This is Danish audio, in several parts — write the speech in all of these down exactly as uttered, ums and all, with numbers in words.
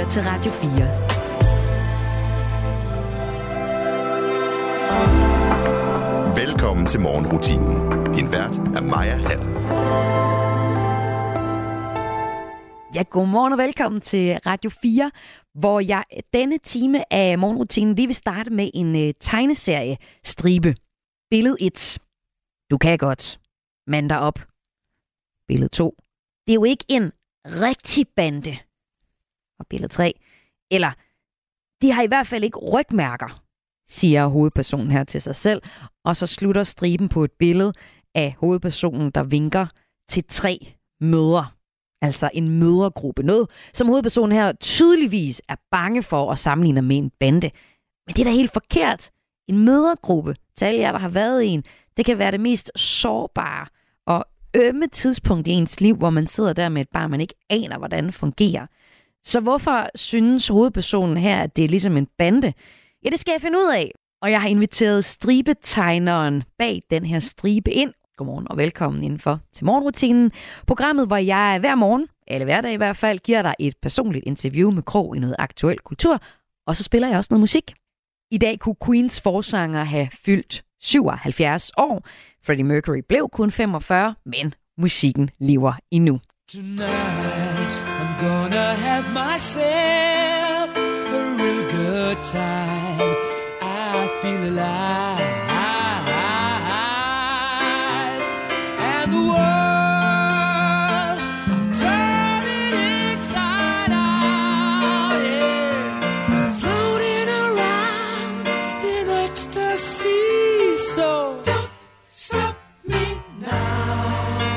lytter til Radio fire. Velkommen til morgenrutinen. Din vært er Maja Hall. Ja, godmorgen og velkommen til Radio fire, hvor jeg denne time af morgenrutinen lige vil starte med en uh, tegneserie stribe. Billede et. Du kan godt. Mand dig op. Billede to. Det er jo ikke en rigtig bande. Og billede tre. Eller, de har i hvert fald ikke rygmærker, siger hovedpersonen her til sig selv. Og så slutter striben på et billede af hovedpersonen, der vinker til tre mødre. Altså en mødregruppe. Noget, som hovedpersonen her tydeligvis er bange for at sammenligne med en bande. Men det er da helt forkert. En mødregruppe, til alle jer, der har været i en, det kan være det mest sårbare og ømme tidspunkt i ens liv, hvor man sidder der med et barn, man ikke aner, hvordan det fungerer. Så hvorfor synes hovedpersonen her, at det er ligesom en bande? Ja, det skal jeg finde ud af. Og jeg har inviteret stribetegneren bag den her stribe ind. Godmorgen og velkommen indenfor til morgenrutinen. Programmet, hvor jeg hver morgen, eller hver dag i hvert fald, giver dig et personligt interview med krog i noget aktuel kultur. Og så spiller jeg også noget musik. I dag kunne Queens forsanger have fyldt syvoghalvfjerds år. Freddie Mercury blev kun femogfyrre, men musikken lever endnu. Tonight I'm gonna have myself a real good time. I feel alive. And the world, I'm turning inside out, yeah. I'm floating around in ecstasy, so don't stop me now.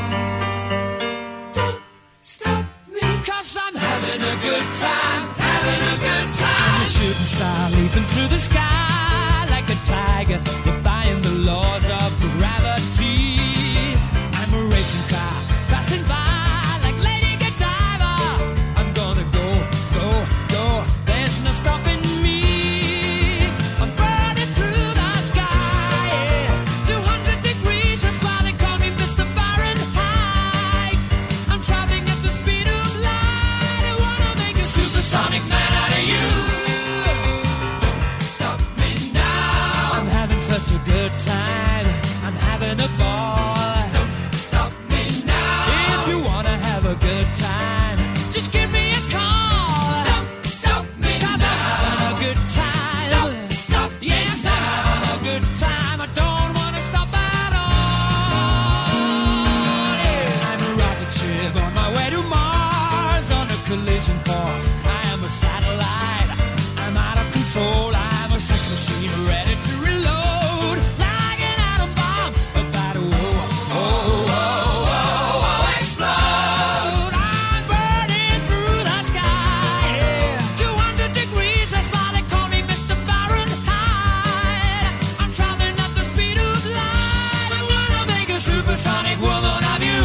Don't stop me, 'cause I'm having a good time, having a good time. I'm a shooting star leaping through the sky like a tiger, defying the laws of gravity. I'm a racing car passing by like Lady Godiva. I'm gonna go, go, go. There's no stopping me. I'm burning through the sky, yeah. two hundred degrees, that's why they call me Mister Fahrenheit. I'm traveling at the speed of light. I wanna make a supersonic man out of you. Don't stop me now. I'm having such a good time. I'm having a ball. Don't stop me now. If you wanna have a good time, just give me a call. Don't stop me 'cause now. I'm having a good time. Don't stop me yes, now. I'm having a good time. I don't wanna stop at all. Yeah. I'm a rocket ship on my way to Mars on a collision course. I am a satellite. I'm out of control. I'm a sex machine ready to reload like an atom bomb about to oh, oh, oh, oh, oh, explode. I'm burning through the sky, yeah. two hundred degrees, that's why they call me Mister Fahrenheit. I'm traveling at the speed of light. I wanna make a supersonic woman of you.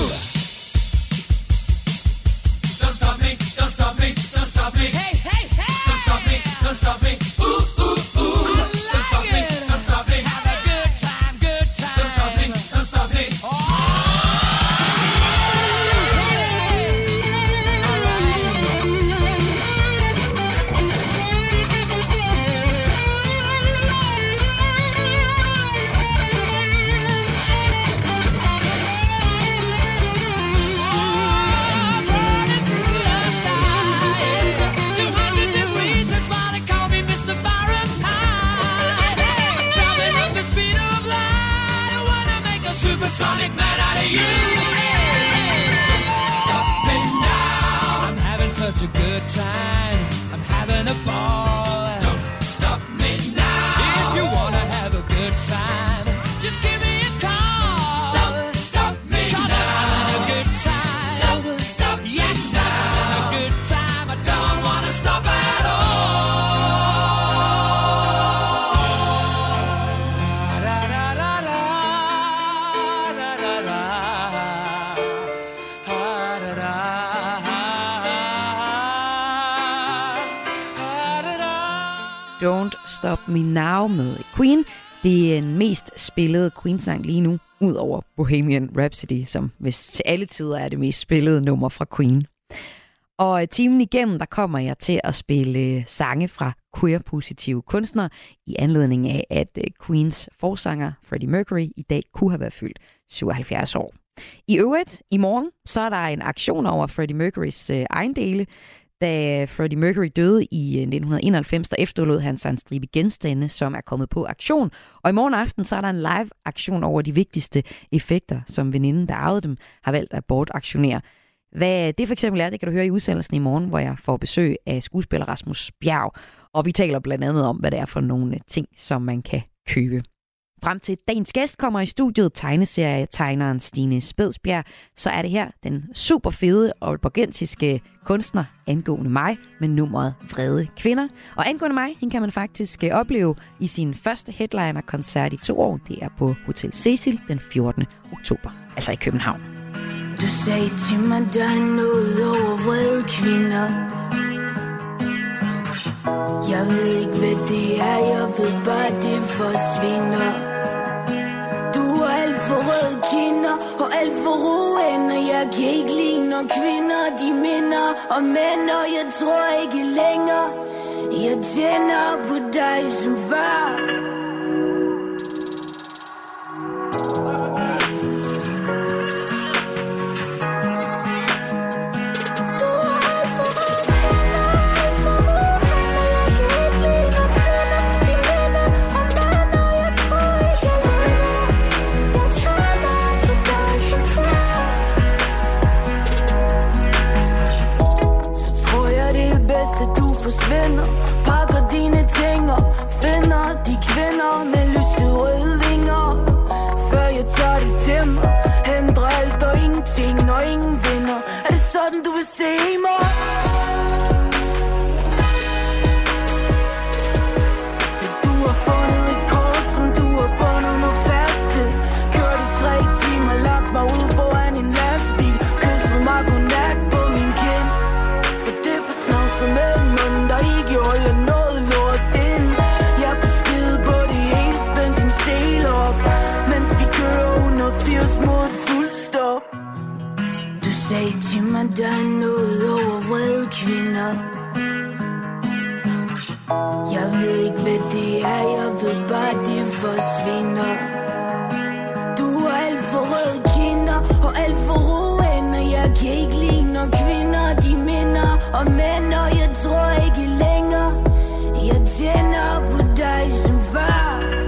Don't stop me, don't stop me, don't stop me. Hey, hey, hey. Don't stop me, don't stop me. Ooh, ooh, ooh. Don't stop me, don't stop me. Have a good time, good time. Don't stop me, don't stop me. Oh, burning through the sky, yeah. two hundred degrees, that's why they call me Mister Fahrenheit. I'm traveling at the speed of light. I wanna make a supersonic man out of you. Don't stop me now. I'm having such a good time. I'm having a ball. Don't stop me now. If you wanna have a good time, just give me a call. Don't stop me 'cause now. I'm having a good time. Don't stop yes, I'm having a good time. I don't wanna stop at all. Da, da, da, da, da, da, da, da, da, da, da. Don't Stop Me Now med Queen. Det er den mest spillede Queen-sang lige nu, ud over Bohemian Rhapsody, som hvis til alle tider er det mest spillede nummer fra Queen. Og timen igennem, der kommer jeg til at spille sange fra queer-positive kunstnere i anledning af, at Queens forsanger Freddie Mercury i dag kunne have været fyldt syvoghalvfjerds år. I øvrigt, i morgen, så er der en aktion over Freddie Mercurys øh, ejendele. Da Freddie Mercury døde i nitten enoghalvfems, der efterlod han sig en stribe genstande, som er kommet på aktion. Og i morgen aften, så er der en live-aktion over de vigtigste effekter, som veninden, der arvede dem, har valgt at bortaktionere. Hvad det for eksempel er, det kan du høre i udsendelsen i morgen, hvor jeg får besøg af skuespiller Rasmus Bjerg. Og vi taler blandt andet om, hvad det er for nogle ting, som man kan købe. Frem til dagens gæst kommer i studiet tegneserietegneren Stine Spedsbjerg, så er det her den super fede og aalborgensiske kunstner angående mig med nummeret Vrede Kvinder. Og angående mig, hende kan man faktisk opleve i sin første headliner-koncert i to år. Det er på Hotel Cecil den fjortende oktober, altså i København. Du sagde til mig, der er noget over vrede kvinder. Jeg ved ikke, hvad det er, jeg ved bare, det forsvinder. Du er alt for røde kinder og alt for roende. Jeg kan ikke lide, når kvinder, de minder om mænd, og jeg tror ikke længere. Jeg tænder på dig som før. Forsvinder, pakker dine ting og finder de kvinder med lyserøde vinger. Før jeg tager det til mig, hindrer alt og ingenting, og ingen vinder. Er det sådan, du vil se mig? Ja, du har fundet et kors, som du har bundet noget fast til. Kørt i tre timer, lagt mig ud foran en lastbil. Kysset mig godnat på min kind. For det er for snavset med der ikke holder noget lort ind. Jeg kunne skide på det hele, spændt din sel op, mens vi kører hundrede og firs mod et fuldstop. Du sagde til mig, der er noget over vrede kvinder. Jeg ved ikke, hvad det er, jeg ved bare, det forsvinder. Du er alt for røde kinder og alt for roende. Jeg kan ikke lide, når kvinder, de minder om mænd, og jeg tror ikke længere. Jeg tænder på dig som før.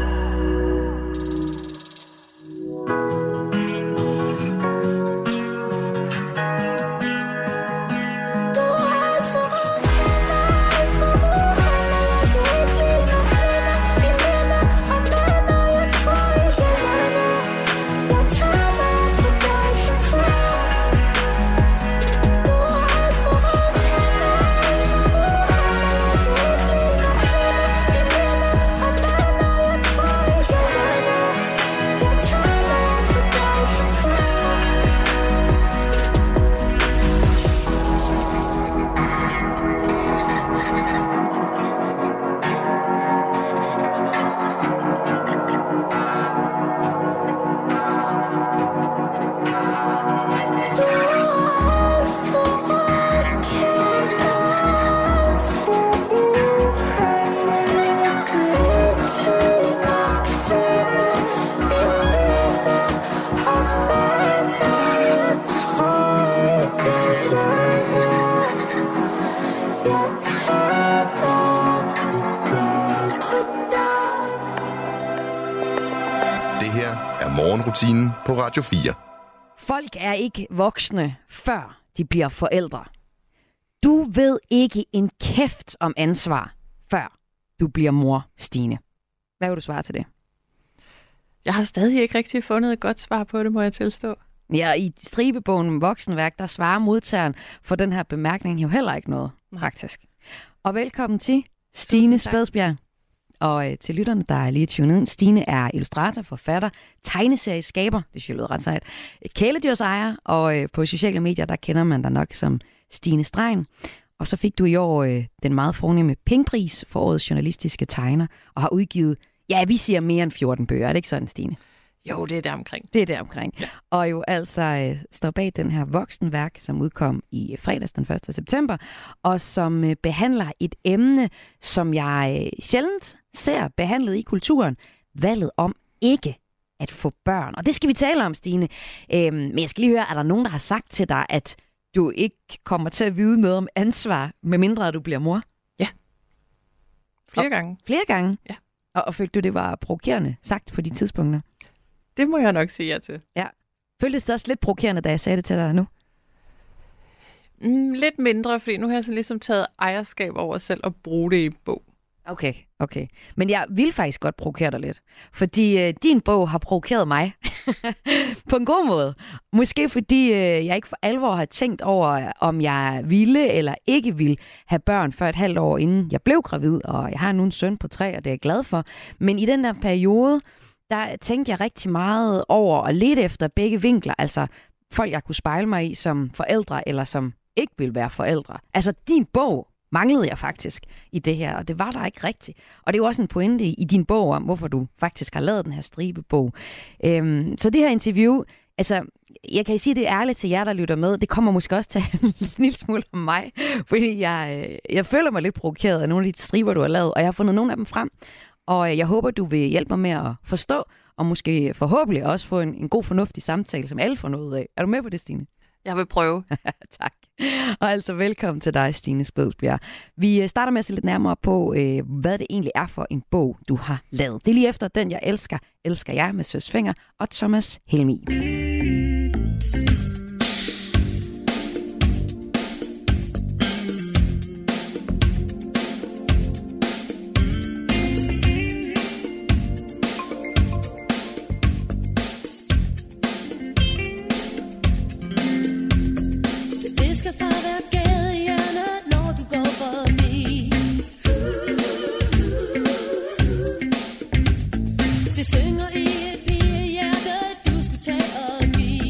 Morgenrutinen på Radio fire. Folk er ikke voksne, før de bliver forældre. Du ved ikke en kæft om ansvar, før du bliver mor, Stine. Hvad vil du svare til det? Jeg har stadig ikke rigtig fundet et godt svar på det, må jeg tilstå. Ja, i stribebogen Voksenværk, der svarer modtageren for den her bemærkning jo heller ikke noget, faktisk. Og velkommen til Stine Spedsbjerg. Og øh, til lytterne, der er lige tunet ind, Stine er illustrator, forfatter, tegneserieskaber, det synes jeg lyder ret sejt, kæledyrsejer, og øh, på sociale medier, der kender man dig nok som Stine Stregen. Og så fik du i år øh, den meget fornemme Pengpris for årets journalistiske tegner, og har udgivet, ja, vi siger mere end fjorten bøger, er det ikke sådan, Stine? Jo, det er der omkring. Det er der omkring. Ja. Og jo altså øh, står bag den her voksenværk, som udkom i fredags den første september, og som øh, behandler et emne, som jeg øh, sjældent ser behandlet i kulturen. Valget om ikke at få børn. Og det skal vi tale om, Stine. Øhm, men jeg skal lige høre, er der nogen, der har sagt til dig, at du ikke kommer til at vide noget om ansvar, medmindre at du bliver mor? Ja. Flere og, gange. Flere gange? Ja. Og, og følte du, det var provokerende sagt på de tidspunkter? Det må jeg nok sige ja til. Ja. Føltes det også lidt provokerende, da jeg sagde det til dig nu? Mm, lidt mindre, fordi nu har jeg så ligesom taget ejerskab over selv og bruge det i bog. Okay, okay. Men jeg vil faktisk godt provokere dig lidt. Fordi øh, din bog har provokeret mig. På en god måde. Måske fordi øh, jeg ikke for alvor har tænkt over, om jeg ville eller ikke ville have børn før et halvt år inden jeg blev gravid. Og jeg har nu en søn på tre, og det er jeg glad for. Men i den der periode, der tænkte jeg rigtig meget over at lede efter begge vinkler. Altså folk, jeg kunne spejle mig i som forældre, eller som ikke ville være forældre. Altså din bog manglede jeg faktisk i det her, og det var der ikke rigtigt. Og det er jo også en pointe i din bog om, hvorfor du faktisk har lavet den her stribebog. Øhm, så det her interview, altså, jeg kan sige det ærligt til jer, der lytter med, det kommer måske også til en lille smule om mig, fordi jeg, jeg føler mig lidt provokeret af nogle af de striber, du har lavet, og jeg har fundet nogle af dem frem, og jeg håber, du vil hjælpe mig med at forstå, og måske forhåbentlig også få en, en god, fornuftig samtale, som alle får noget ud af. Er du med på det, Stine? Jeg vil prøve. Tak. Og altså velkommen til dig, Stine Spødsbjerg. Vi starter med at se lidt nærmere på, øh, hvad det egentlig er for en bog, du har lavet. Det er lige efter Den, jeg elsker, elsker jeg med Søs Fenger og Thomas Helmi. Det synger i et pigehjerte, du skulle tage og give.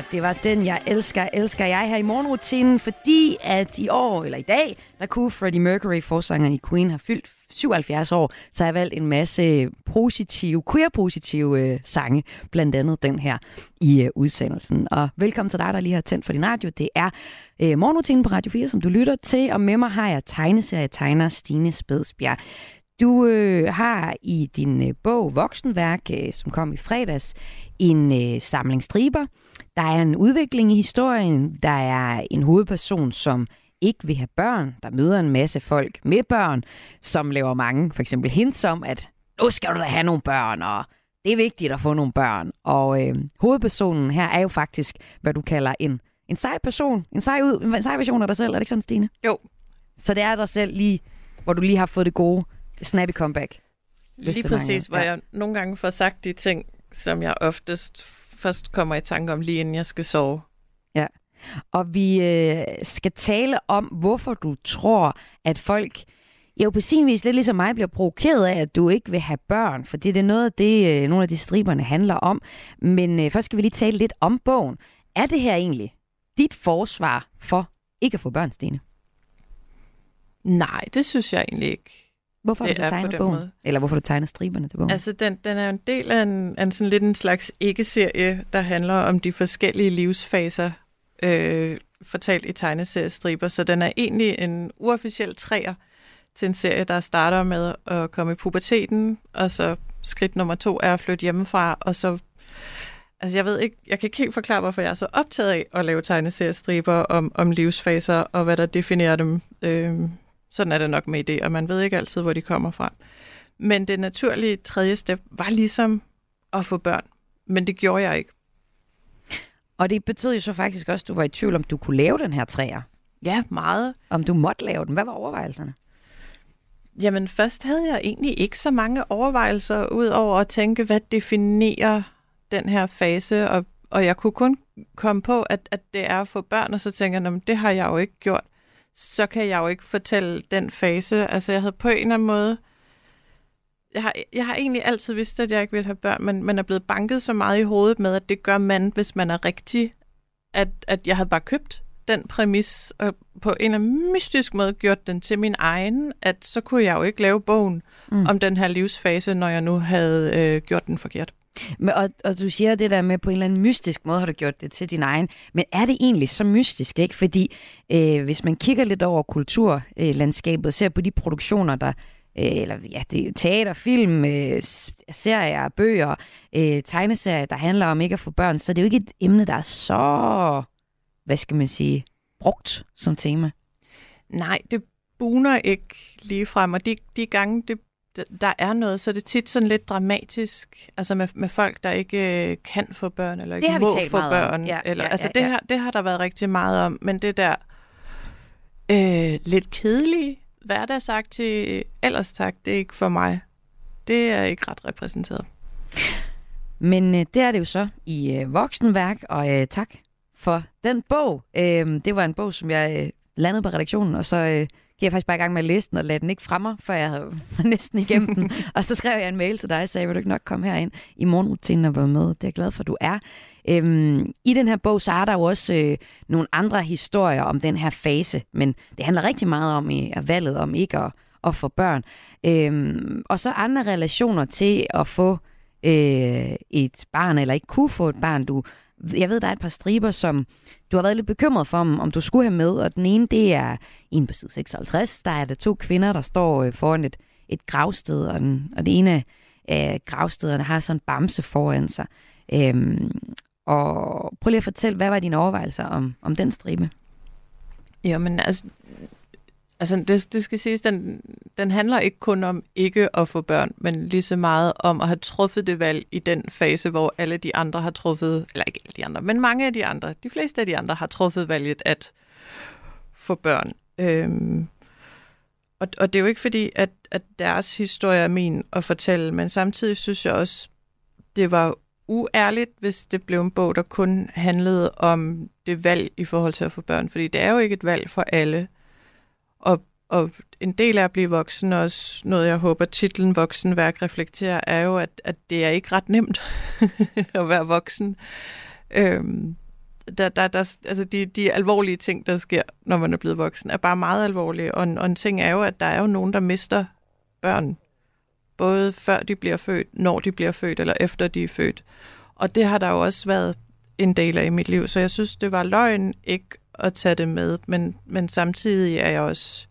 her, det var den, jeg elsker, elsker jeg her i morgenrutinen, fordi at i år, eller i dag, der kunne Freddie Mercury, forsangeren i Queen, have fyldt syvoghalvfjerds år, så har jeg valgt en masse positive, queer-positive øh, sange, blandt andet den her i øh, udsendelsen. Og velkommen til dig, der lige har tændt for din radio. Det er øh, morgenrutinen på Radio fire, som du lytter til, og med mig har jeg tegneserietegner Stine Spedsbjerg. Du øh, har i din øh, bog Voksenværk, øh, som kom i fredags, en øh, samling striber. Der er en udvikling i historien. Der er en hovedperson, som ikke vil have børn. Der møder en masse folk med børn, som laver mange, for eksempel hints om, at nu skal du da have nogle børn, og det er vigtigt at få nogle børn. Og øh, hovedpersonen her er jo faktisk, hvad du kalder en, en sej person, en sej, ud, en sej version af dig selv. Er det ikke sådan, Stine? Jo. Så det er dig selv lige, hvor du lige har fået det gode snappy comeback. Lige præcis, hvor ja. jeg nogle gange får sagt de ting, som jeg oftest først kommer i tanke om, lige inden jeg skal sove. Ja, og vi øh, skal tale om, hvorfor du tror, at folk jo på sin vis lidt ligesom mig bliver provokeret af, at du ikke vil have børn, for det er noget af det, øh, nogle af de striberne handler om. Men øh, først skal vi lige tale lidt om bogen. Er det her egentlig dit forsvar for ikke at få børn, Stine? Nej, det synes jeg egentlig ikke. Hvorfor har du så tegnet bogen? Måde. Eller hvorfor har du tegnet striberne til bogen? Altså, den, den er en del af en, en sådan lidt en slags ikke-serie, der handler om de forskellige livsfaser, øh, fortalt i tegneseriestriber. Så den er egentlig en uofficiel træer til en serie, der starter med at komme i puberteten, og så skridt nummer to er at flytte hjemmefra, og så... Altså, jeg ved ikke, jeg kan ikke helt forklare, hvorfor jeg er så optaget af at lave tegneseriestriber om, om livsfaser, og hvad der definerer dem. Øh, Sådan er det nok med idéer, og man ved ikke altid, hvor de kommer fra. Men det naturlige tredje step var ligesom at få børn. Men det gjorde jeg ikke. Og det betød jo så faktisk også, at du var i tvivl, om du kunne lave den her træer. Ja, meget. Om du måtte lave den. Hvad var overvejelserne? Jamen, først havde jeg egentlig ikke så mange overvejelser, ud over at tænke, hvad definerer den her fase. Og, og jeg kunne kun komme på, at, at det er at få børn, og så tænker jeg, det har jeg jo ikke gjort. Så kan jeg jo ikke fortælle den fase. Altså, jeg havde på en eller anden måde... Jeg har, jeg har egentlig altid vidst, at jeg ikke ville have børn, men man er blevet banket så meget i hovedet med, at det gør man, hvis man er rigtig, at, at jeg havde bare købt den præmis, og på en eller anden mystisk måde gjort den til min egen, at så kunne jeg jo ikke lave bogen mm. om den her livsfase, når jeg nu havde øh, gjort den forkert. Men, og, og du siger det der med, på en eller anden mystisk måde har du gjort det til din egen. Men er det egentlig så mystisk, ikke? Fordi øh, hvis man kigger lidt over kulturlandskabet og ser på de produktioner, der øh, eller ja, det er teater, film, øh, serier, bøger, øh, tegneserier, der handler om ikke at få børn, så det er jo ikke et emne, der er så, hvad skal man sige, brugt som tema. Nej, det buner ikke lige frem, og de, de gange, det der er noget, så er det tit sådan lidt dramatisk, altså med, med folk, der ikke øh, kan få børn, eller ikke må få børn. Ja, eller, ja, altså ja, det, her, det har der været rigtig meget om, men det der øh, lidt kedelige hverdagsagtige, ellers tak, det er ikke for mig. Det er ikke ret repræsenteret. Men øh, det er det jo så i øh, Voksenværk, og øh, tak for den bog. Øh, det var en bog, som jeg øh, landede på redaktionen, og så... Øh, Jeg er faktisk bare i gang med at læse den, og lade den ikke fra mig, for jeg havde næsten igennem den. Og så skrev jeg en mail til dig og sagde, vil du ikke nok komme herind i morgenrutinen og være med? Det er jeg glad for, at du er. Øhm, I den her bog, så er der jo også øh, nogle andre historier om den her fase, men det handler rigtig meget om i valget om ikke at, at få børn. Øhm, og så andre relationer til at få øh, et barn, eller ikke kunne få et barn. Du Jeg ved, der er et par striber, som du har været lidt bekymret for, om, om du skulle have med. Og den ene, det er en på side seksoghalvtreds. Der er der to kvinder, der står øh, foran et, et gravsted. Og, den, og det ene af gravstederne har sådan en bamse foran sig. Øhm, og prøv lige at fortælle, hvad var dine overvejelser om, om den stribe? Jamen, altså... Altså, det, det skal siges, den, den handler ikke kun om ikke at få børn, men lige så meget om at have truffet det valg i den fase, hvor alle de andre har truffet, eller ikke alle de andre, men mange af de andre, de fleste af de andre har truffet valget at få børn. Øhm, og, og det er jo ikke fordi, at, at deres historie er min at fortælle, men samtidig synes jeg også, det var uærligt, hvis det blev en bog, der kun handlede om det valg i forhold til at få børn, fordi det er jo ikke et valg for alle. Og, og en del af at blive voksen, også noget jeg håber titlen Voksenværk reflekterer, er jo, at, at det er ikke ret nemt at være voksen. Øhm, der, der, der, altså de, de alvorlige ting, der sker, når man er blevet voksen, er bare meget alvorlige. Og en, og en ting er jo, at der er jo nogen, der mister børn. Både før de bliver født, når de bliver født, eller efter de er født. Og det har der jo også været en del af i mit liv. Så jeg synes, det var løgn ikke at tage det med. Men, men samtidig er jeg også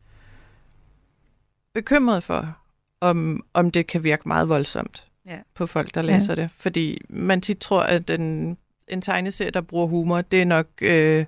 bekymret for, om, om det kan virke meget voldsomt ja. på folk, der læser ja. det. Fordi man tit tror, at en, en tegneserie, der bruger humor, det er nok øh,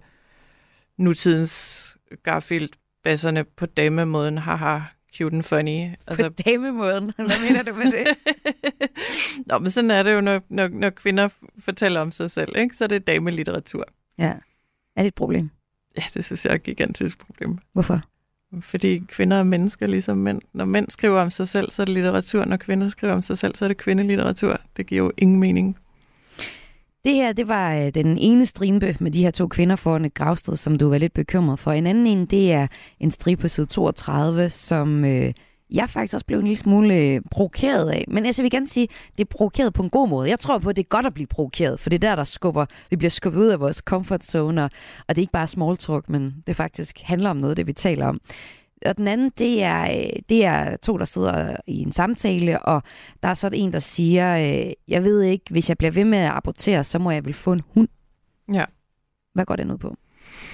nutidens Garfield-basserne på damemåden. Haha, cute and funny. Altså, på damemåden? Hvad mener du med det? Nå, men sådan er det jo, når, når, når kvinder fortæller om sig selv, ikke? Så er det damelitteratur. Ja. Er det et problem? Ja, det synes jeg er et gigantisk problem. Hvorfor? Fordi kvinder er mennesker ligesom mænd. Når mænd skriver om sig selv, så er det litteratur. Når kvinder skriver om sig selv, så er det kvindelitteratur. Det giver jo ingen mening. Det her, det var øh, den ene stribe med de her to kvinder foran et gravsted, som du var lidt bekymret for. En anden en, det er en stribe på side toogtredive, som øh, jeg faktisk også blev en lille smule øh, provokeret af. Men altså, jeg vil gerne sige, det er provokeret på en god måde. Jeg tror på, at det er godt at blive provokeret, for det er der, der skubber. Vi bliver skubbet ud af vores comfort zone, og, og det er ikke bare small talk, men det faktisk handler om noget, det vi taler om. Og den anden, det er, det er to, der sidder i en samtale, og der er så en, der siger, jeg ved ikke, hvis jeg bliver ved med at abortere, så må jeg vel få en hund. Ja. Hvad går den ud på?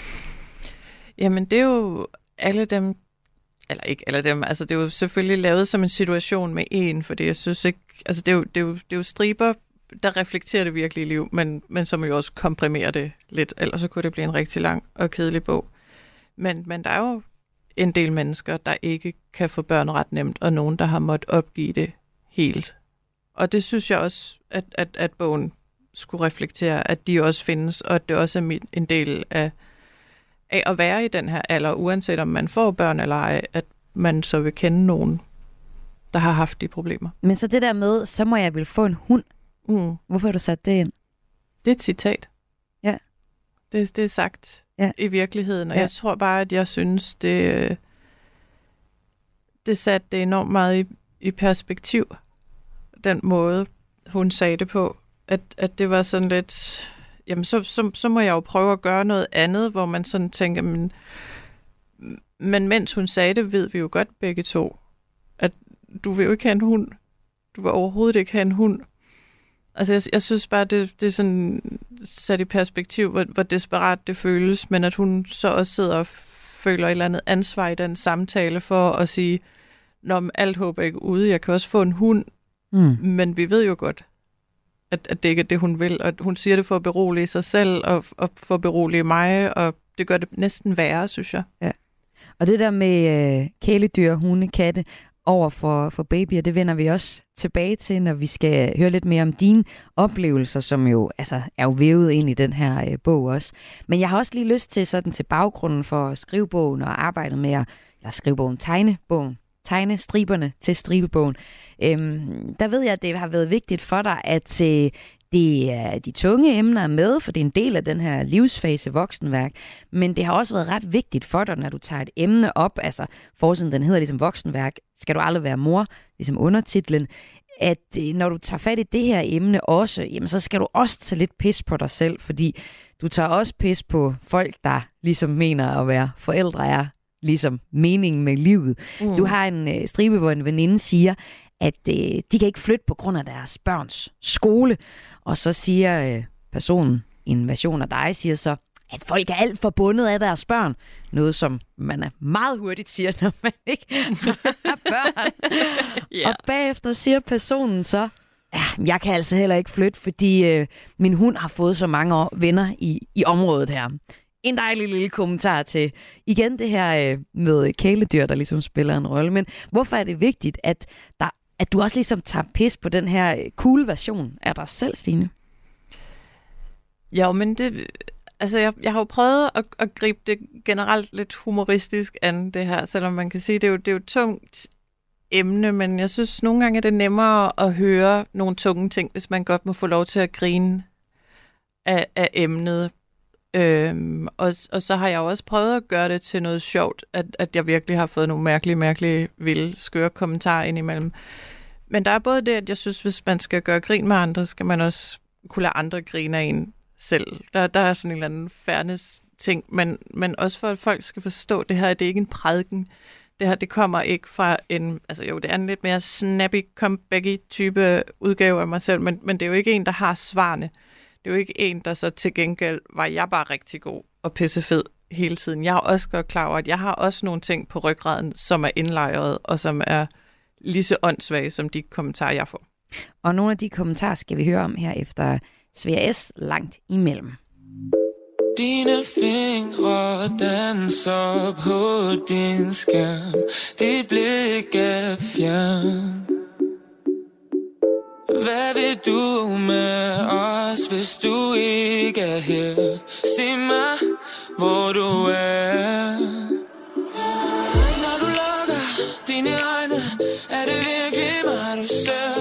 Jamen, det er jo alle dem, eller ikke alle dem, altså det er jo selvfølgelig lavet som en situation med en, fordi jeg synes ikke, altså det er jo, det er jo, det er jo striber, der reflekterer det virkelige liv, men, men som jo også komprimerer det lidt, ellers så kunne det blive en rigtig lang og kedelig bog. Men, men der er jo en del mennesker, der ikke kan få børn ret nemt, og nogen, der har måttet opgive det helt. Og det synes jeg også, at, at, at bogen skulle reflektere, at de også findes, og at det også er en del af, af at være i den her alder, uanset om man får børn eller ej, at man så vil kende nogen, der har haft de problemer. Men så det der med, så må jeg vel få en hund. Mm. Hvorfor har du sat det ind? Det er et citat. Ja. Det, det er sagt ja. i virkeligheden, og ja. jeg tror bare, at jeg synes, det, det satte det enormt meget i, i perspektiv, den måde, hun sagde det på, at, at det var sådan lidt, jamen så, så, så må jeg jo prøve at gøre noget andet, hvor man sådan tænker, men, men mens hun sagde det, ved vi jo godt begge to, at du vil jo ikke have en hund. Du vil overhovedet ikke have en hund. Altså, jeg, jeg synes bare, det, det er sådan sat i perspektiv, hvor, hvor desperat det føles, men at hun så også sidder og føler et eller andet ansvar i den samtale for at sige, når alt håb er ikke ude, jeg kan også få en hund, mm. men vi ved jo godt, at, at det ikke er det, hun vil, og hun siger det for at berolige sig selv, og, og for at berolige mig, og det gør det næsten værre, synes jeg. Ja. Og det der med øh, kæledyr, hunde, katte, over for, for babyer, det vender vi også tilbage til, når vi skal høre lidt mere om dine oplevelser, som jo altså, er jo vævet ind i den her øh, bog også. Men jeg har også lige lyst til sådan til baggrunden for skrivebogen og arbejdet med at, eller skrivebogen, tegnebogen, tegne striberne til stribebogen. Øhm, der ved jeg, at det har været vigtigt for dig, at øh, det er de tunge emner er med, for det er en del af den her livsfase voksenværk, men det har også været ret vigtigt for dig, når du tager et emne op, altså forsiden den hedder ligesom voksenværk, skal du aldrig være mor, ligesom undertitlen, at når du tager fat i det her emne også, jamen så skal du også tage lidt pis på dig selv, fordi du tager også pis på folk, der ligesom mener at være forældre er ligesom meningen med livet. Mm. Du har en øh, stribe, hvor en veninde siger, at øh, de kan ikke flytte på grund af deres børns skole. Og så siger øh, personen, en version af dig, siger så, at folk er alt forbundet af deres børn. Noget, som man er meget hurtigt siger, når man ikke har børn. Yeah. Og bagefter siger personen så, ja, jeg kan altså heller ikke flytte, fordi øh, min hund har fået så mange år, venner i, i området her. En dejlig lille kommentar til igen det her øh, med kæledyr, der ligesom spiller en rolle. Men hvorfor er det vigtigt, at, der, at du også ligesom tager pis på den her cool version af dig selv, Stine? Jo, men det, altså jeg, jeg har jo prøvet at, at gribe det generelt lidt humoristisk an, det her, selvom man kan sige, det er jo, det er jo et tungt emne, men jeg synes nogle gange er det nemmere at høre nogle tunge ting, hvis man godt må få lov til at grine af, af emnet. Øhm, og, og så har jeg også prøvet at gøre det til noget sjovt, at, at jeg virkelig har fået nogle mærkelige, mærkelige, vilde, skøre kommentarer indimellem. Men der er både det, at jeg synes, hvis man skal gøre grin med andre, skal man også kunne lade andre grine af en selv. Der, der er sådan en eller anden fairness-ting, men, men også for, at folk skal forstå, det her det er ikke en prædiken. Det her, det kommer ikke fra en, altså jo, det er en lidt mere snappy, comebacky-type udgave af mig selv, men, men det er jo ikke en, der har svarene. Det er jo ikke en, der så til gengæld var jeg bare rigtig god og pissefed hele tiden. Jeg er også godt klar over, at jeg har også nogle ting på ryggraden, som er indlejret, og som er lige så åndssvage, som de kommentarer, jeg får. Og nogle af de kommentarer skal vi høre om her efter Svea S. Langt imellem. Dine fingre danser på din skærm. Dit blik er fjern. Hvad vil du med os, hvis du ikke er her? Sig mig, hvor du er. Når du lukker dine øjne, er det virkelig mig, du ser.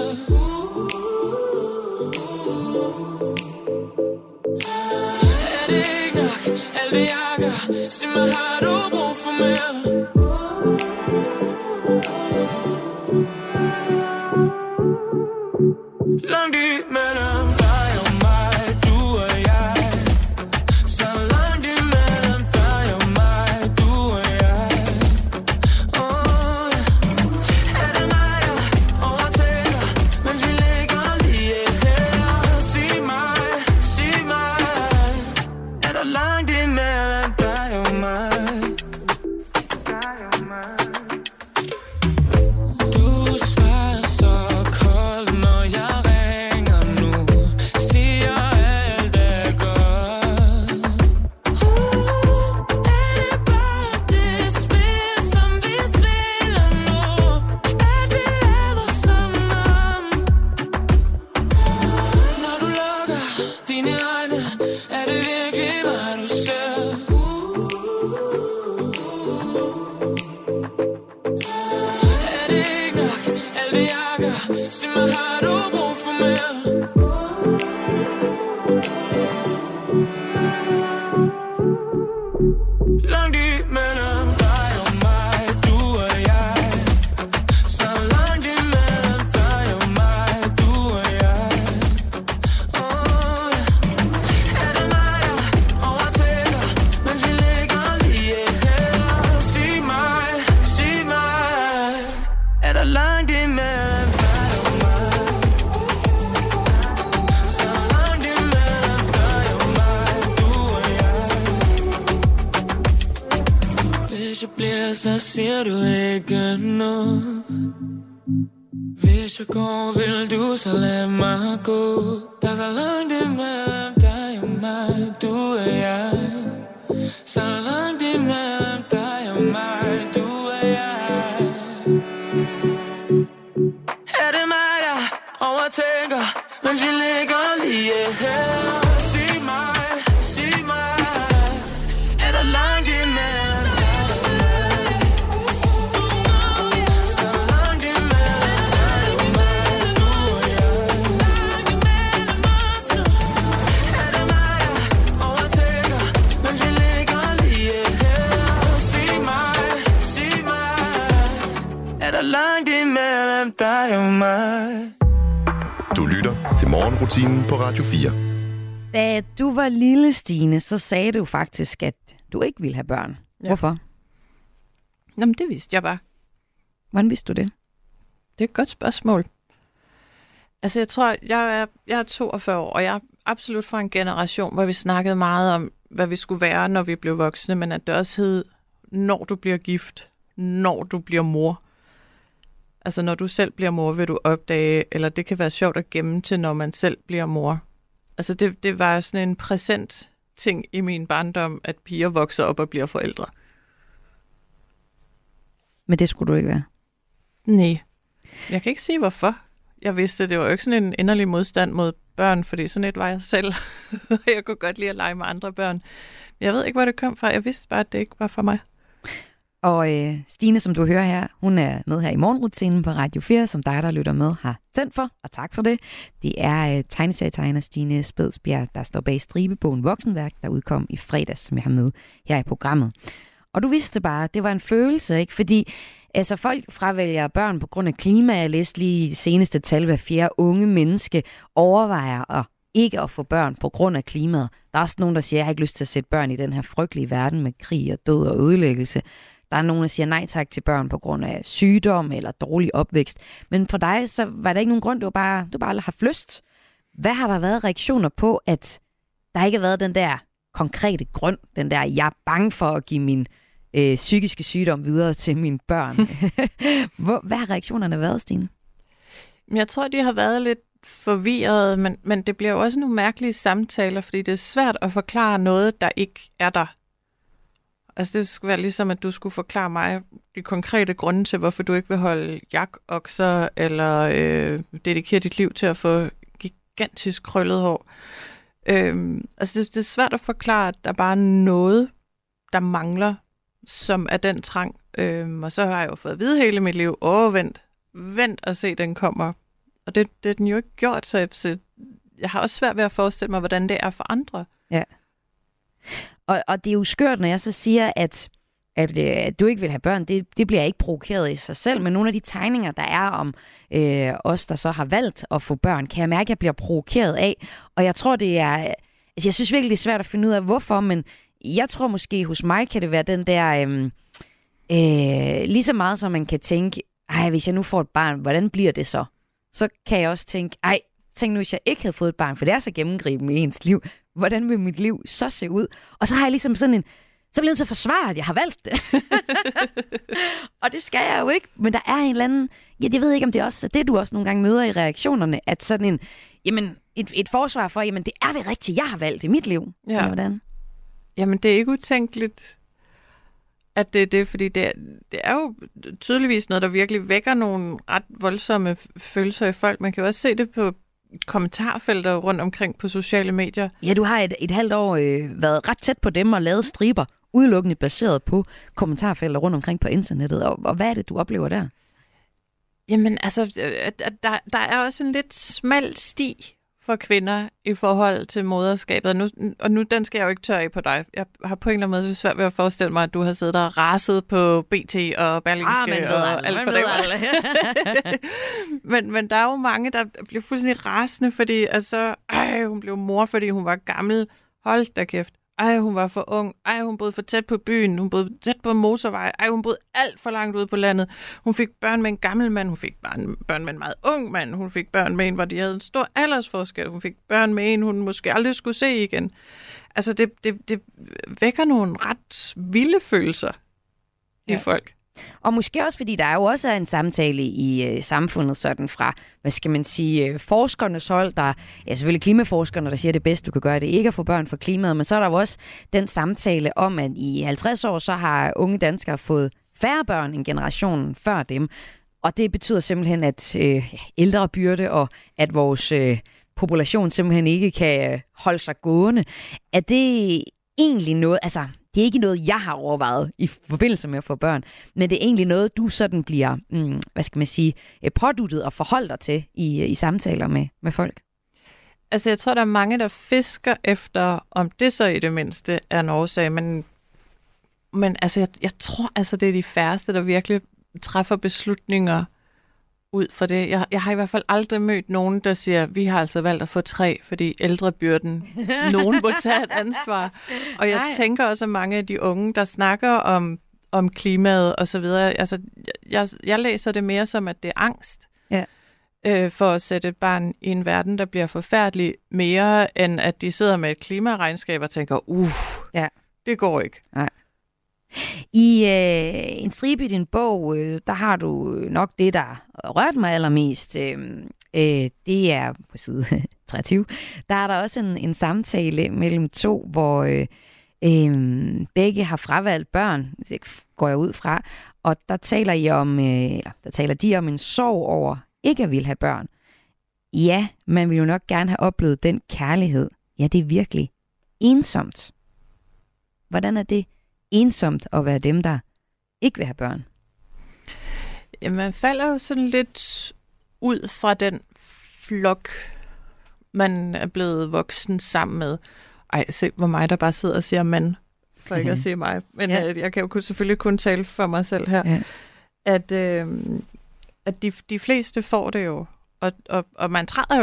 Er det ikke nok, alt det jeg gør? Sig mig, har du brug for mere? Langt imellem dig og mig, du og jeg. Så langt imellem dig og mig, du og jeg. Oh, er det mig, jeg overtænker, mens vi ligger lige her? Sig mig, sig mig, er der langt imellem dig og mig? Dig og mig. Du svarer så koldt, når jeg ringer nu. Siger alt er godt. Uh, er det bare det spil, som vi spiller nu? At vi lader som om. Når du lukker dine øjne, er det virkelig mig, du ser. Er det ikke nok, alt det jeg gør? Sig mig, har du brug for mere? Langt imellem dig og mig, du og jeg. Så langt imellem dig og mig, du og jeg. Oh, er det mig, jeg overtænker, mens vi ligger lige her? Sig mig, sig mig, er der langt imellem dig og mig? Så langt imellem dig og mig, du og jeg. Hvis jeg bliver, så siger du ikke noget. Hvis jeg går, vil du så lade mig gå. Der er så langt imellem dig og mig, du og jeg. Så langt imellem dig og mig, du og jeg. Er det mig, jeg overtænker, mens vi ligger lige her? Sig mig, sig mig, er der langt imellem dig og mig? Så langt imellem dig og mig, du og jeg. Er det mig, jeg overtænker, mens vi ligger lige her? Sig mig, sig mig, er der langt imellem dig og mig? Du lytter til morgenrutinen på Radio fire. Da du var lille, Stine, så sagde du faktisk, at du ikke ville have børn. Ja. Hvorfor? Jamen, det vidste jeg bare. Hvordan vidste du det? Det er et godt spørgsmål. Altså, jeg tror, jeg er, jeg er toogfyrre år, og jeg er absolut fra en generation, hvor vi snakkede meget om, hvad vi skulle være, når vi blev voksne, men at det også hed, når du bliver gift, når du bliver mor. Altså, når du selv bliver mor, vil du opdage, eller det kan være sjovt at gemme til, når man selv bliver mor. Altså, det, det var sådan en præsent ting i min barndom, at piger vokser op og bliver forældre. Men det skulle du ikke være. Nej. Jeg kan ikke sige, hvorfor. Jeg vidste, det var jo ikke sådan en inderlig modstand mod børn, fordi sådan et var jeg selv. Jeg kunne godt lide at lege med andre børn. Jeg ved ikke, hvor det kom fra. Jeg vidste bare, at det ikke var for mig. Og øh, Stine, som du hører her, hun er med her i morgenrutinen på Radio fire, som dig, der lytter med, har tændt for, og tak for det. Det er øh, tegneserietegner Stine Spedsbjerg, der står bag stribebogen Voksenværk, der udkom i fredags, som jeg har med her i programmet. Og du vidste bare, det var en følelse, ikke? Fordi altså, folk fravælger børn på grund af klima. Jeg læste lige seneste tal, hver fjerde unge menneske overvejer at ikke at få børn på grund af klimaet. Der er også nogen, der siger, at jeg har ikke lyst til at sætte børn i den her frygtelige verden med krig og død og ødelæggelse. Der er nogen, der siger nej tak til børn på grund af sygdom eller dårlig opvækst. Men for dig, så var der ikke nogen grund, du bare, du bare aldrig har haft lyst. Hvad har der været reaktioner på, at der ikke har været den der konkrete grund, den der, jeg er bange for at give min øh, psykiske sygdom videre til mine børn? Hvor, hvad har reaktionerne været, Stine? Jeg tror, de har været lidt forvirrede, men, men det bliver jo også nogle mærkelige samtaler, fordi det er svært at forklare noget, der ikke er der. Altså det skulle være ligesom, at du skulle forklare mig de konkrete grunde til, hvorfor du ikke vil holde jakokser, eller øh, dedikere dit liv til at få gigantisk krøllet hår. Øh, altså det, det er svært at forklare, at der bare er noget, der mangler, som er den trang. Øh, og så har jeg jo fået at vide hele mit liv, åh, vent, vent og se, den kommer. Og det, det er den jo ikke gjort, så jeg, så jeg har også svært ved at forestille mig, hvordan det er for andre. Ja. Og, og det er jo skørt, når jeg så siger, at, at, at du ikke vil have børn. Det, det bliver ikke provokeret i sig selv, men nogle af de tegninger, der er om øh, os, der så har valgt at få børn, kan jeg mærke, at jeg bliver provokeret af. Og jeg tror, det er... Altså, jeg synes virkelig, det er svært at finde ud af, hvorfor, men jeg tror måske, hos mig kan det være den der... Øh, øh, lige så meget, som man kan tænke, ej, hvis jeg nu får et barn, hvordan bliver det så? Så kan jeg også tænke, ej, tænk nu, hvis jeg ikke havde fået et barn, for det er så gennemgribende i ens liv. Hvordan vil mit liv så se ud? Og så har jeg ligesom sådan en, så bliver jeg nødt til at forsvare, at jeg har valgt det. Og det skal jeg jo ikke. Men der er en eller anden, ja, jeg ved ikke, om det er også det, du også nogle gange møder i reaktionerne, at sådan en, jamen, et, et forsvar for, jamen, det er det rigtige, jeg har valgt i mit liv. Ja. Eller hvordan? Jamen, det er ikke utænkeligt, at det er det, fordi det er, det er jo tydeligvis noget, der virkelig vækker nogle ret voldsomme følelser i folk. Man kan jo også se det på kommentarfelter rundt omkring på sociale medier. Ja, du har et, et halvt år øh, været ret tæt på dem og lavet striber, udelukkende baseret på kommentarfelter rundt omkring på internettet. Og, og hvad er det, du oplever der? Jamen, altså, der, der er også en lidt smal sti for kvinder i forhold til moderskabet. Og nu, og nu den skal jeg jo ikke tørre af på dig. Jeg har på en eller anden måde så svært ved at forestille mig, at du har siddet der og raset på B T og Berlingske ah, og alt for det. men, men der er jo mange, der bliver fuldstændig rasende, fordi altså, ej, hun blev mor, fordi hun var gammel. Hold da kæft. Ej, hun var for ung. Ej, hun boede for tæt på byen. Hun boede tæt på motorvej. Ej, hun boede alt for langt ude på landet. Hun fik børn med en gammel mand. Hun fik børn, børn med en meget ung mand. Hun fik børn med en, hvor de havde en stor aldersforskel. Hun fik børn med en, hun måske aldrig skulle se igen. Altså, det, det, det vækker nogle ret vilde følelser ja. i folk. Og måske også, fordi der er jo også en samtale i øh, samfundet sådan fra, hvad skal man sige, øh, forskernes hold. Der er selvfølgelig klimaforskerne, der siger, at det bedste, du kan gøre, det ikke at få børn for klimaet. Men så er der jo også den samtale om, at i halvtreds år, så har unge danskere fået færre børn end generationen før dem. Og det betyder simpelthen, at øh, ældre byrde og at vores øh, population simpelthen ikke kan øh, holde sig gående. Er det egentlig noget, altså... Det er ikke noget, jeg har overvejet i forbindelse med at få børn, men det er egentlig noget, du sådan bliver, mm, hvad skal man sige, påduttet og forholder dig til i, i samtaler med, med folk. Altså, jeg tror, der er mange, der fisker efter, om det så i det mindste er en årsag, men, men altså, jeg, jeg tror, altså, det er de færreste, der virkelig træffer beslutninger ud fra det. Jeg, jeg har i hvert fald aldrig mødt nogen, der siger, vi har altså valgt at få tre, fordi ældrebyrden, nogen må tage et ansvar. Og jeg Nej. tænker også, at mange af de unge, der snakker om, om klimaet og så videre, altså, jeg, jeg læser det mere som, at det er angst ja. øh, for at sætte et barn i en verden, der bliver forfærdelig, mere end at de sidder med et klimaregnskab og tænker, uh, ja. det går ikke. Nej. I øh, en stribe i din bog, øh, der har du nok det, der rørt mig allermest. Øh, øh, det er på side treogtyve. Der er der også en, en samtale mellem to, hvor øh, øh, begge har fravalgt børn, det går jeg ud fra, og der taler, I om, øh, eller, der taler de om en sorg over ikke at ville have børn. Ja, man vil jo nok gerne have oplevet den kærlighed. Ja, det er virkelig ensomt. Hvordan er det ensomt at være dem, der ikke vil have børn? Ja, man falder jo sådan lidt ud fra den flok, man er blevet voksen sammen med. Ej, se hvor mig, der bare sidder og siger mand, for ikke at sige mig. Men ja. jeg kan jo selvfølgelig kun tale for mig selv her. Ja. At, øh, at de, de fleste får det jo. Og, og, og man træder jo ind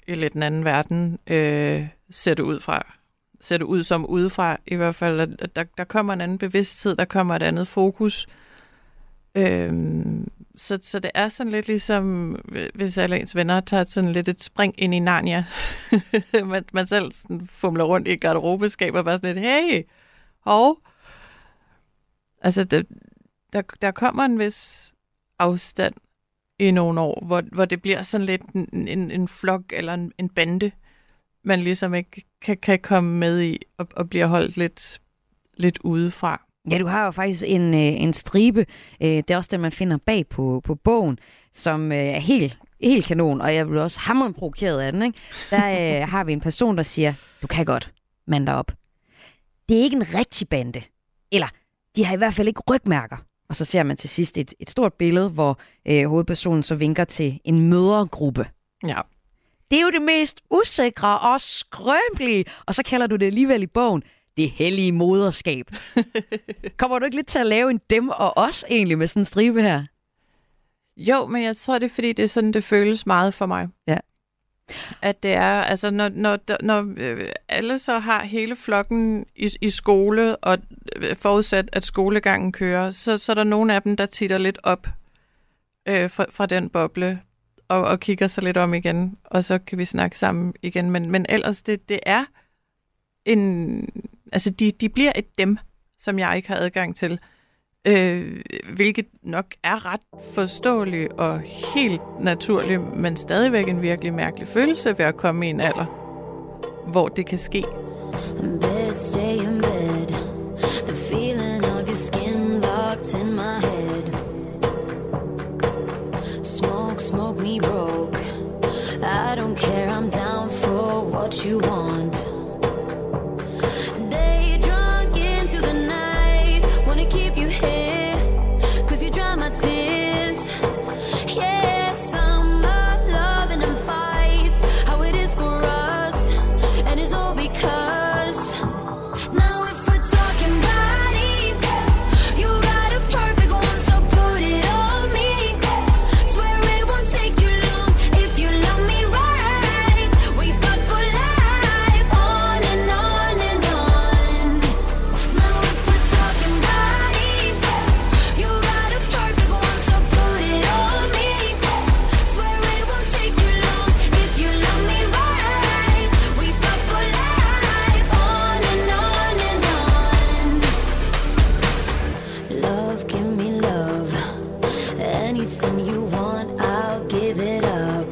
i lidt en anden verden, øh, ser det ud fra. Ser det ud som udefra, i hvert fald, at der, der kommer en anden bevidsthed, der kommer et andet fokus. Øhm, så, så det er sådan lidt ligesom, hvis alle ens venner tager sådan lidt et spring ind i Narnia. man, man selv sådan fumler rundt i et garderobeskab og bare sådan lidt, hey, hov. Altså, det, der, der kommer en vis afstand i nogle år, hvor, hvor det bliver sådan lidt en, en, en flok eller en, en bande, man ligesom ikke kan, kan komme med i og, og bliver holdt lidt, lidt udefra. Ja, du har jo faktisk en, en stribe. Det er også det, man finder bag på, på bogen, som er helt, helt kanon, og jeg blev også hammerende provokeret af den. Ikke? Der øh, har vi en person, der siger, du kan godt, mand dig op. Det er ikke en rigtig bande. Eller, de har i hvert fald ikke rygmærker. Og så ser man til sidst et, et stort billede, hvor øh, hovedpersonen så vinker til en mødregruppe. Ja. Det er jo det mest usikre og skrøbelige, og så kalder du det alligevel i bogen, det hellige moderskab. Kommer du ikke lidt til at lave en dem og os egentlig med sådan en stribe her? Jo, men jeg tror, det er fordi, det er sådan, det føles meget for mig. Ja. At det er, altså når, når, når øh, alle så har hele flokken i, i skole, og forudsat, at skolegangen kører, så, så er der nogle af dem, der titter lidt op øh, fra, fra den boble, og, og kigger sig lidt om igen, og så kan vi snakke sammen igen. Men, men ellers, det, det er en... Altså, de, de bliver et dem, som jeg ikke har adgang til. Øh, hvilket nok er ret forståeligt og helt naturligt, men stadigvæk en virkelig mærkelig følelse ved at komme i en alder, hvor det kan ske. Bed, stay in bed. The feeling of your skin locked in my head. Smoke, smoke me broke. I don't care, I'm down for what you want. Day drunk into the night. Wanna keep you here, cause you dry my tears. Yeah, summer, loving and fights. How it is for us, and it's all because now if we're talking body, you got a perfect one, so put it on me. Swear it won't take you long if you love me right. We fuck for life, on and on and on. Now if we're talking body, you got a perfect one, so put it on me. Swear it won't take you long if you love me right. We fuck for life, on and on and on. Love, give me love. Anything you want, I'll give it up.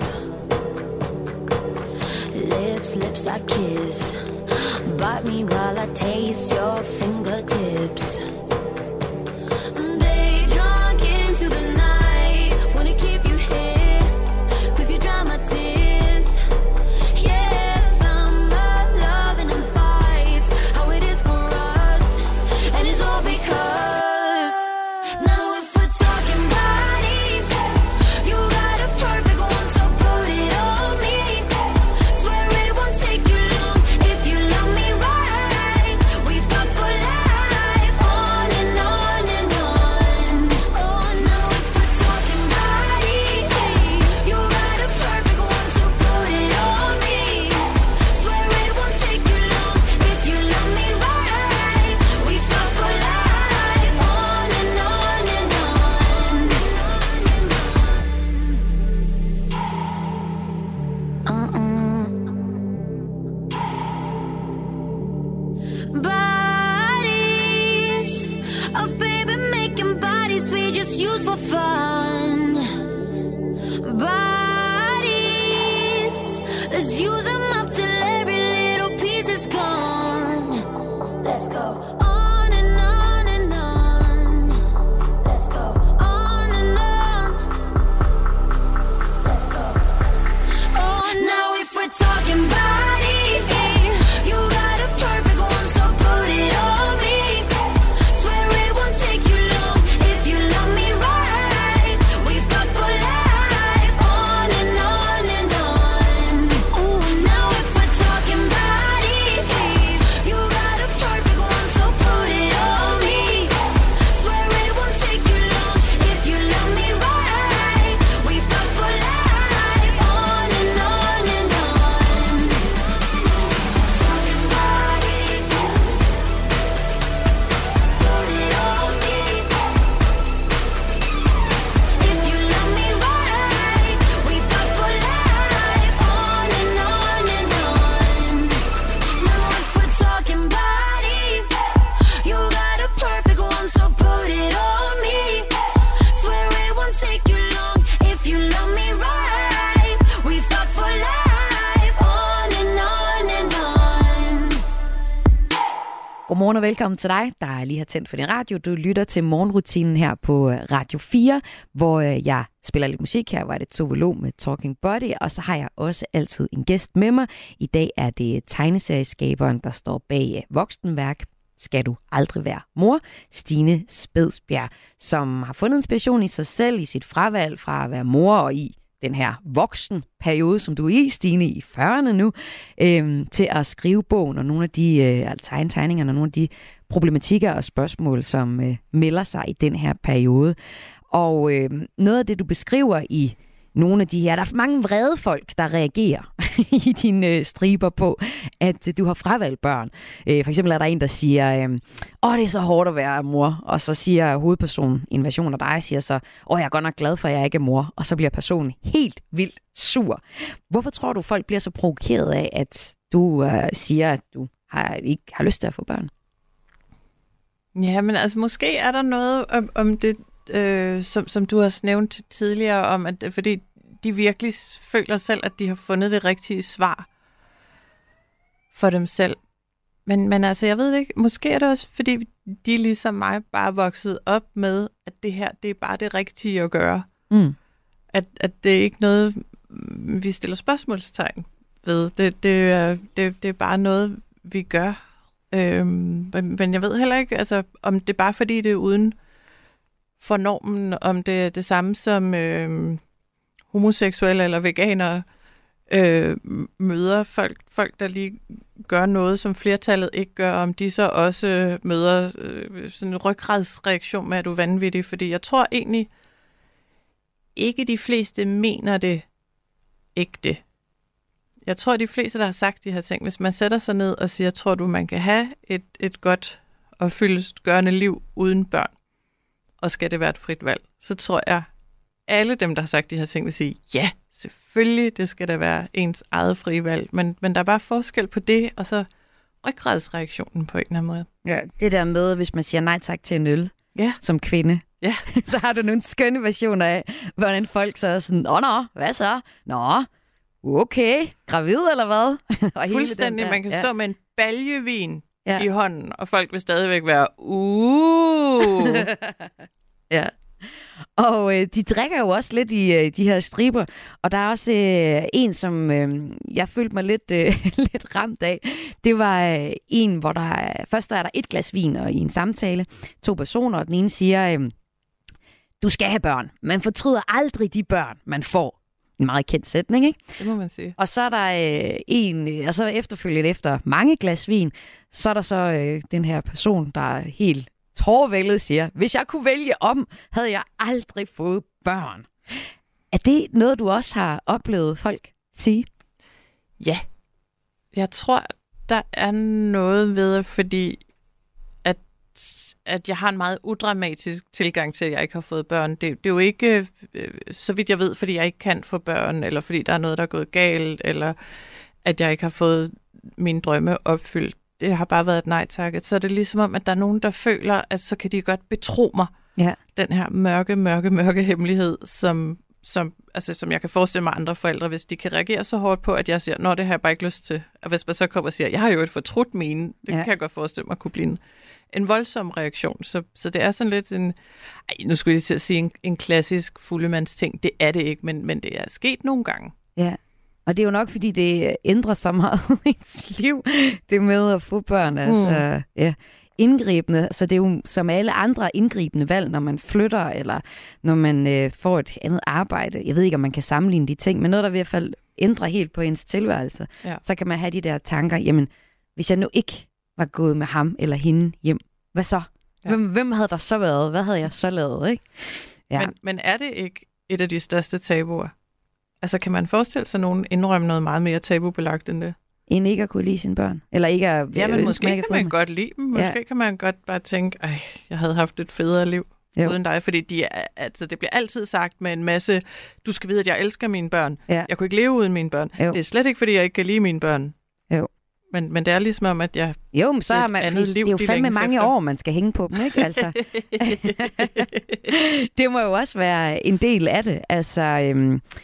Lips, lips I kiss. Bite me while I taste your fingertips. Day drunk into the night. Wanna keep you here, cause you dry my tears. Yeah, summer, loving and fights. How it is for us, and it's all because now if we're talking body, you got a perfect one, so put it on me. Swear it won't take you long if you love me right. We fuck for life, on and on and on. Oh, now if we're talking body, you got a perfect one, so put it on me. Swear it won't take you long if you love me right. We fuck for life, on and on and on. Uh-uh. Bodies, oh baby, making bodies we just use for fun. Bodies, let's use them up till every little piece is gone. Let's go on and on and on. Let's go on and on. Let's go. Oh, now if we're talking body, you got a perfect one, so put it on me. Swear it won't take you long if you love me right. We fuck for life, on and on and on. Ooh, now Godmorgen og velkommen til dig, der lige har tændt for din radio. Du lytter til morgenrutinen her på Radio fire, hvor jeg spiller lidt musik. Her var det Tove Lo med Talking Body, og så har jeg også altid en gæst med mig. I dag er det tegneserieskaberen, der står bag voksenværk Skal du aldrig være mor? Stine Spedsbjerg, som har fundet inspiration i sig selv, i sit fravalg fra at være mor og i den her voksenperiode, som du er i, Stine, i fyrrerne nu, øhm, til at skrive bogen og nogle af de øh, altså tegningerne og nogle af de problematikker og spørgsmål, som øh, melder sig i den her periode. Og øh, noget af det, du beskriver i nogle af de her, der er mange vrede folk, der reagerer i dine øh, striber på, at øh, du har fravalgt børn. Øh, for eksempel er der en, der siger, øh, åh, det er så hårdt at være mor, og så siger hovedpersonen, en version af dig, siger så, åh, jeg er godt nok glad for, at jeg ikke er mor, og så bliver personen helt vildt sur. Hvorfor tror du, folk bliver så provokeret af, at du øh, siger, at du har, ikke har lyst til at få børn? Ja, men altså måske er der noget om, om det, øh, som, som du har nævnt tidligere, om at fordi de virkelig føler selv, at de har fundet det rigtige svar for dem selv. Men, men altså, jeg ved det ikke, måske er det også, fordi de ligesom mig bare vokset op med, at det her, det er bare det rigtige at gøre. Mm. At, at det er ikke noget, vi stiller spørgsmålstegn ved. Det, det, er, det, det er bare noget, vi gør. Øhm, men jeg ved heller ikke, altså, om det er bare fordi, det er uden for normen, om det er det samme som øhm, homoseksuelle eller veganere øh, møder folk, folk, der lige gør noget, som flertallet ikke gør, om de så også møder øh, sådan en rygradsreaktion med, at du er vanvittig, fordi jeg tror egentlig ikke de fleste mener det ægte. Jeg tror, de fleste, der har sagt de her ting, hvis man sætter sig ned og siger, tror du, man kan have et, et godt og fyldestgørende liv uden børn, og skal det være et frit valg, så tror jeg, alle dem, der har sagt de her ting, vil sige, ja, selvfølgelig, det skal da være ens eget frie valg, men, men der er bare forskel på det, og så rygradsreaktionen på en eller anden måde. Ja, det der med, hvis man siger nej tak til en øl Ja. som kvinde, Ja. så har du nogle skønne versioner af, hvordan folk så er sådan, åh nå, hvad så? Nå, okay, gravid eller hvad? Og hele Fuldstændig, den der- man kan ja. stå med en baljevin Ja. i hånden, og folk vil stadigvæk være, uh. Ja. Og øh, de drikker jo også lidt i øh, de her striber, og der er også øh, en, som øh, jeg følte mig lidt, øh, lidt ramt af. Det var øh, en, hvor der er, først der er der et glas vin og i en samtale, to personer, og den ene siger, øh, du skal have børn. Man fortryder aldrig de børn, man får. En meget kendt sætning, ikke? Det må man sige. Og Og så er der øh, en, øh, og så efterfølgende efter mange glas vin, så er der så øh, den her person, der er helt tårvældet, siger, hvis jeg kunne vælge om, havde jeg aldrig fået børn. Er det noget, du også har oplevet folk sige? ja, jeg tror, der er noget ved, fordi at, at jeg har en meget udramatisk tilgang til, at jeg ikke har fået børn. Det, det er jo ikke, øh, så vidt jeg ved, fordi jeg ikke kan få børn, eller fordi der er noget, der er gået galt, eller at jeg ikke har fået mine drømme opfyldt. Det har bare været et nej tak. Så er det ligesom om, at der er nogen, der føler, at så kan de godt betro mig. Ja. Den her mørke, mørke, mørke hemmelighed, som, som, altså, som jeg kan forestille mig andre forældre, hvis de kan reagere så hårdt på, at jeg siger, nå, det har jeg bare ikke lyst til. Og hvis man så kommer og siger, jeg har jo et fortrudt mine, det Ja. kan jeg godt forestille mig kunne blive en, en voldsom reaktion. Så, så det er sådan lidt en, ej, nu skulle jeg til at sige en, en klassisk fuldemandsting. Det er det ikke, men, men det er sket nogle gange. Ja. Og det er jo nok, fordi det ændrer så meget i ens liv, det med at få børn. Altså, ja, indgribende. Så det er jo som alle andre indgribende valg, når man flytter, eller når man øh, får et andet arbejde. Jeg ved ikke, om man kan sammenligne de ting, men noget, der i hvert fald ændrer helt på ens tilværelse. Ja. Så kan man have de der tanker, jamen, hvis jeg nu ikke var gået med ham eller hende hjem, hvad så? Ja. Hvem, hvem havde der så været? Hvad havde jeg så lavet, ikke? Ja. Men, men er det ikke et af de største tabuer? Altså, kan man forestille sig nogen indrømme noget meget mere tabubelagt end det? End ikke at kunne lide sine børn? Eller ikke at Ja, men ønske, måske man kan ikke man at få godt lide dem. Måske Ja. kan man godt bare tænke, ej, jeg havde haft et federe liv Jo. uden dig. Fordi de er, altså, det bliver altid sagt med en masse, du skal vide, at jeg elsker mine børn. Ja. Jeg kunne ikke leve uden mine børn. Jo. Det er slet ikke, fordi jeg ikke kan lide mine børn. Jo. Men, men det er ligesom om, at jeg... Jo, men så Det er har et man, andet fordi liv, det er jo de fandme længes mange efter. år, man skal hænge på dem, ikke? Altså, det må jo også være en del af det. Altså, øhm,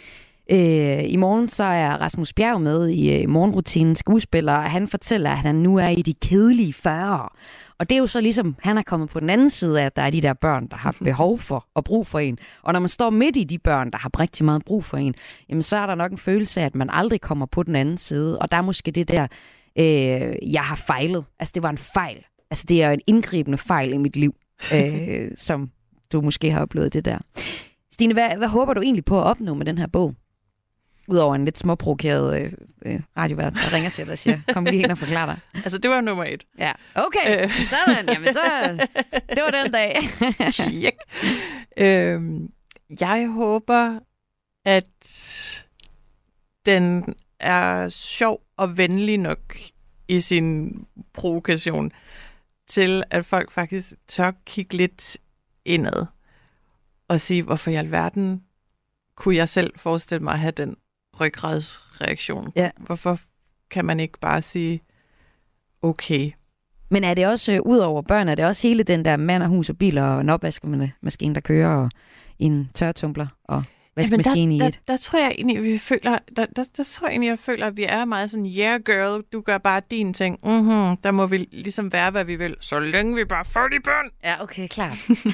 Øh, I morgen så er Rasmus Bjerg med i øh, morgenrutinen, skuespiller, og han fortæller, at han nu er i de kedelige fyrre. Og det er jo så ligesom, han er kommet på den anden side af, at der er de der børn, der har behov for og brug for en. Og når man står midt i de børn, der har rigtig meget brug for en, jamen så er der nok en følelse af, at man aldrig kommer på den anden side. Og der er måske det der, øh, jeg har fejlet. Altså det var en fejl. Altså det er en indgribende fejl i mit liv, øh, som du måske har oplevet det der. Stine, hvad, hvad håber du egentlig på at opnå med den her bog? Udover en lidt småprovokeret øh, øh, radiovært, der ringer til dig og siger, kom lige hen og forklare dig. Altså, det var nummer et. Ja, okay. Øh. Sådan, jamen så, det var den dag. Check. øhm, jeg håber, at den er sjov og venlig nok i sin provokation, til at folk faktisk tør kigge lidt indad og sige, hvorfor i alverden kunne jeg selv forestille mig at have den ryggradsreaktion. Ja. Hvorfor kan man ikke bare sige, okay. Men er det også, øh, ud over børn, er det også hele den der mand og hus og biler og en opvaskemaskine, der kører, og en tørretumbler og vaskemaskine ja, der, i et? Der, der tror jeg egentlig, vi føler, der, der, der tror jeg egentlig, jeg føler, at vi er meget sådan, yeah girl, du gør bare din ting. Mm-hmm, der må vi ligesom være, hvad vi vil, så længe vi bare får de børn. Ja, okay, klart.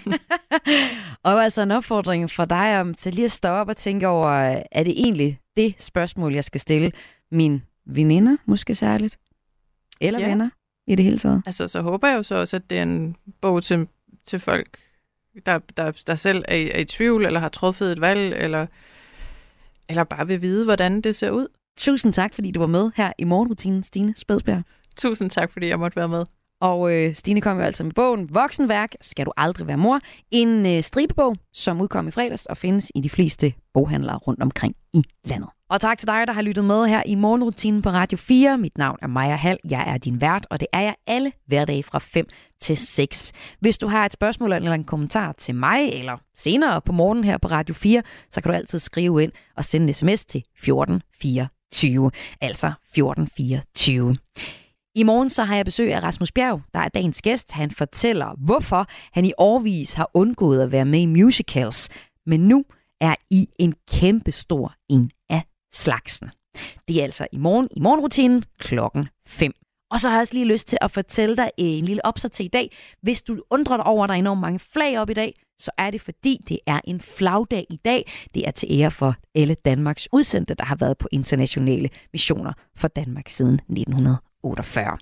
Og altså en opfordring fra dig om til lige at stå op og tænke over, er det egentlig det spørgsmål, jeg skal stille mine veninder, måske særligt? Eller ja. venner i det hele taget? Altså, så håber jeg jo så også, at det er en bog til, til folk, der, der, der selv er i, er i tvivl, eller har truffet et valg, eller, eller bare vil vide, hvordan det ser ud. Tusind tak, fordi du var med her i morgenrutinen, Stine Spedsberg. Tusind tak, fordi jeg måtte være med. Og øh, Stine kom jo altså med bogen Voksenværk, skal du aldrig være mor. En øh, stribebog, som udkom i fredags og findes i de fleste boghandlere rundt omkring i landet. Og tak til dig, der har lyttet med her i morgenrutinen på Radio fire. Mit navn er Maja Hall. Jeg er din vært, og det er jeg alle hverdage fra fem til seks. Hvis du har et spørgsmål eller en kommentar til mig, eller senere på morgenen her på Radio fire, så kan du altid skrive ind og sende en sms til fjorten fireogtyve. Altså fjorten fireogtyve. I morgen så har jeg besøg af Rasmus Bjerg, der er dagens gæst. Han fortæller, hvorfor han i årevis har undgået at være med i musicals, men nu er I en kæmpe stor en af slagsen. Det er altså i morgen i morgenrutinen klokken fem. Og så har jeg også lige lyst til at fortælle dig en lille opsat til i dag. Hvis du undrer dig over, at der er enormt mange flag op i dag, så er det fordi, det er en flagdag i dag. Det er til ære for alle Danmarks udsendte, der har været på internationale missioner for Danmark siden nitten otteogfyrre.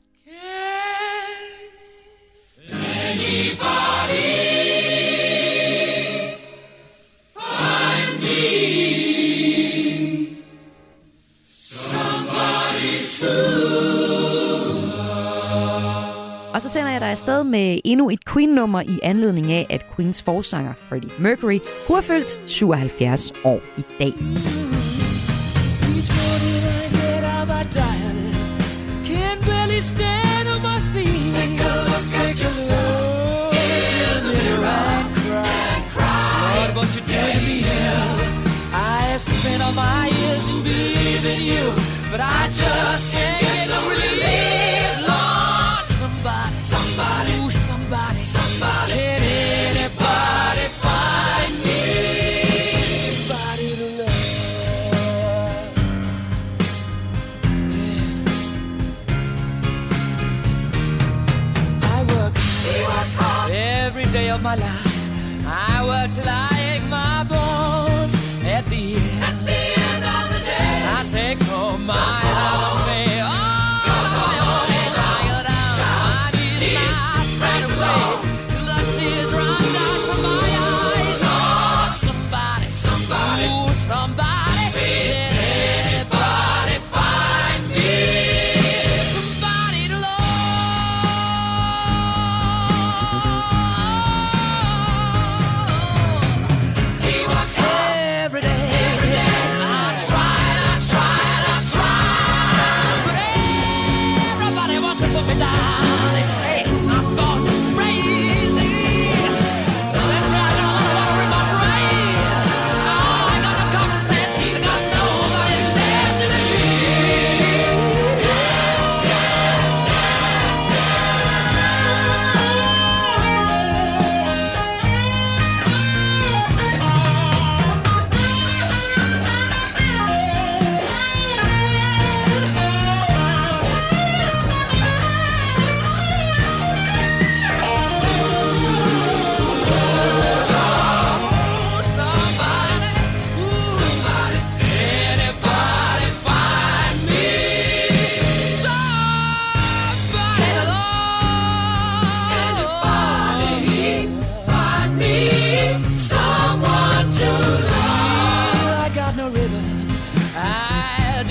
Og så sender jeg dig afsted med endnu et Queen-nummer i anledning af, at Queens forsanger Freddie Mercury kunne have fyldt syvoghalvfjerds år i dag. Stand on my feet. Take a look, take a look in the mirror and cry, and cry. Lord, what you did to me is I have spent all my years in believing you, but I just can't get no relief. Lord, somebody, somebody, ooh, somebody, somebody. Can anybody find me somebody to love? Every day of my life, I work till I ache my bones. At the end, At the end of the day, I take home my heart away. Oh, tired out, my knees not straight away, till the tears run down from my eyes. Oh, somebody, somebody, ooh, somebody, can anybody find me somebody to love? Every day, every day, I try, I try, I try.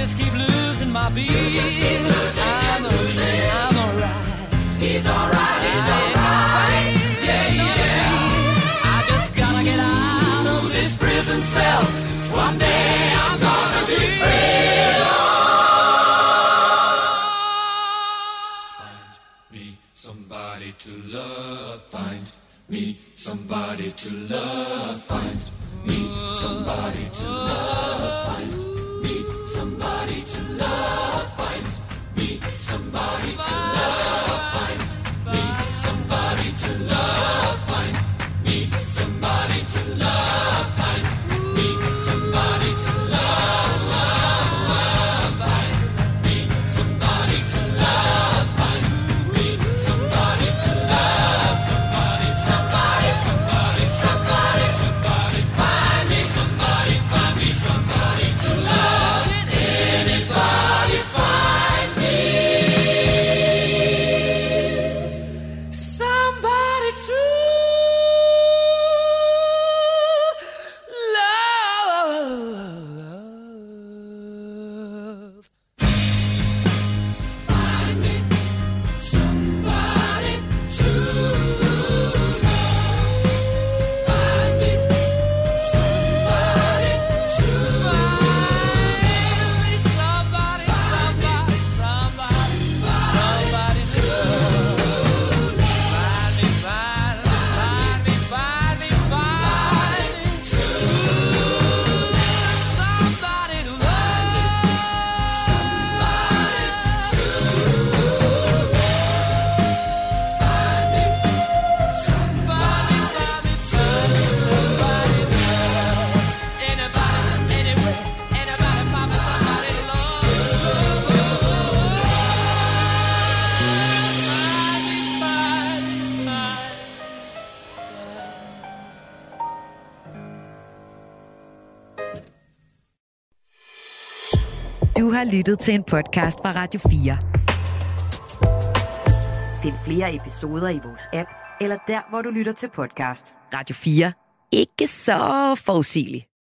just keep losing my beat. You just keep losing I'm and losing. I'm alright. He's alright, he's alright. Yeah, yeah. I just gotta get out of this prison cell. Someday I'm gonna be free. Find me somebody to love. Find me somebody to love. Find me somebody to love. Find me somebody to love. Find me somebody to love. Find me somebody to love. Find me somebody to love. Find me somebody to love. Find me somebody to love. Find me somebody to love. Somebody, somebody, somebody, somebody, somebody. Find me somebody, find me somebody to love. Anybody find me somebody to love. Find me somebody to love. Find me somebody to love. Find me somebody, somebody, somebody, somebody to love. Find me, find me, find me, find me, find me to love. Somebody to love. Somebody to love. Find me somebody, find me, find me somebody to love. Anybody, anywhere, anybody find me somebody to love. Find me, find me, find me. Du har lyttet til en podcast fra Radio fire. Find flere episoder i vores app, eller der, hvor du lytter til podcast. Radio fire. Ikke så forudsigeligt.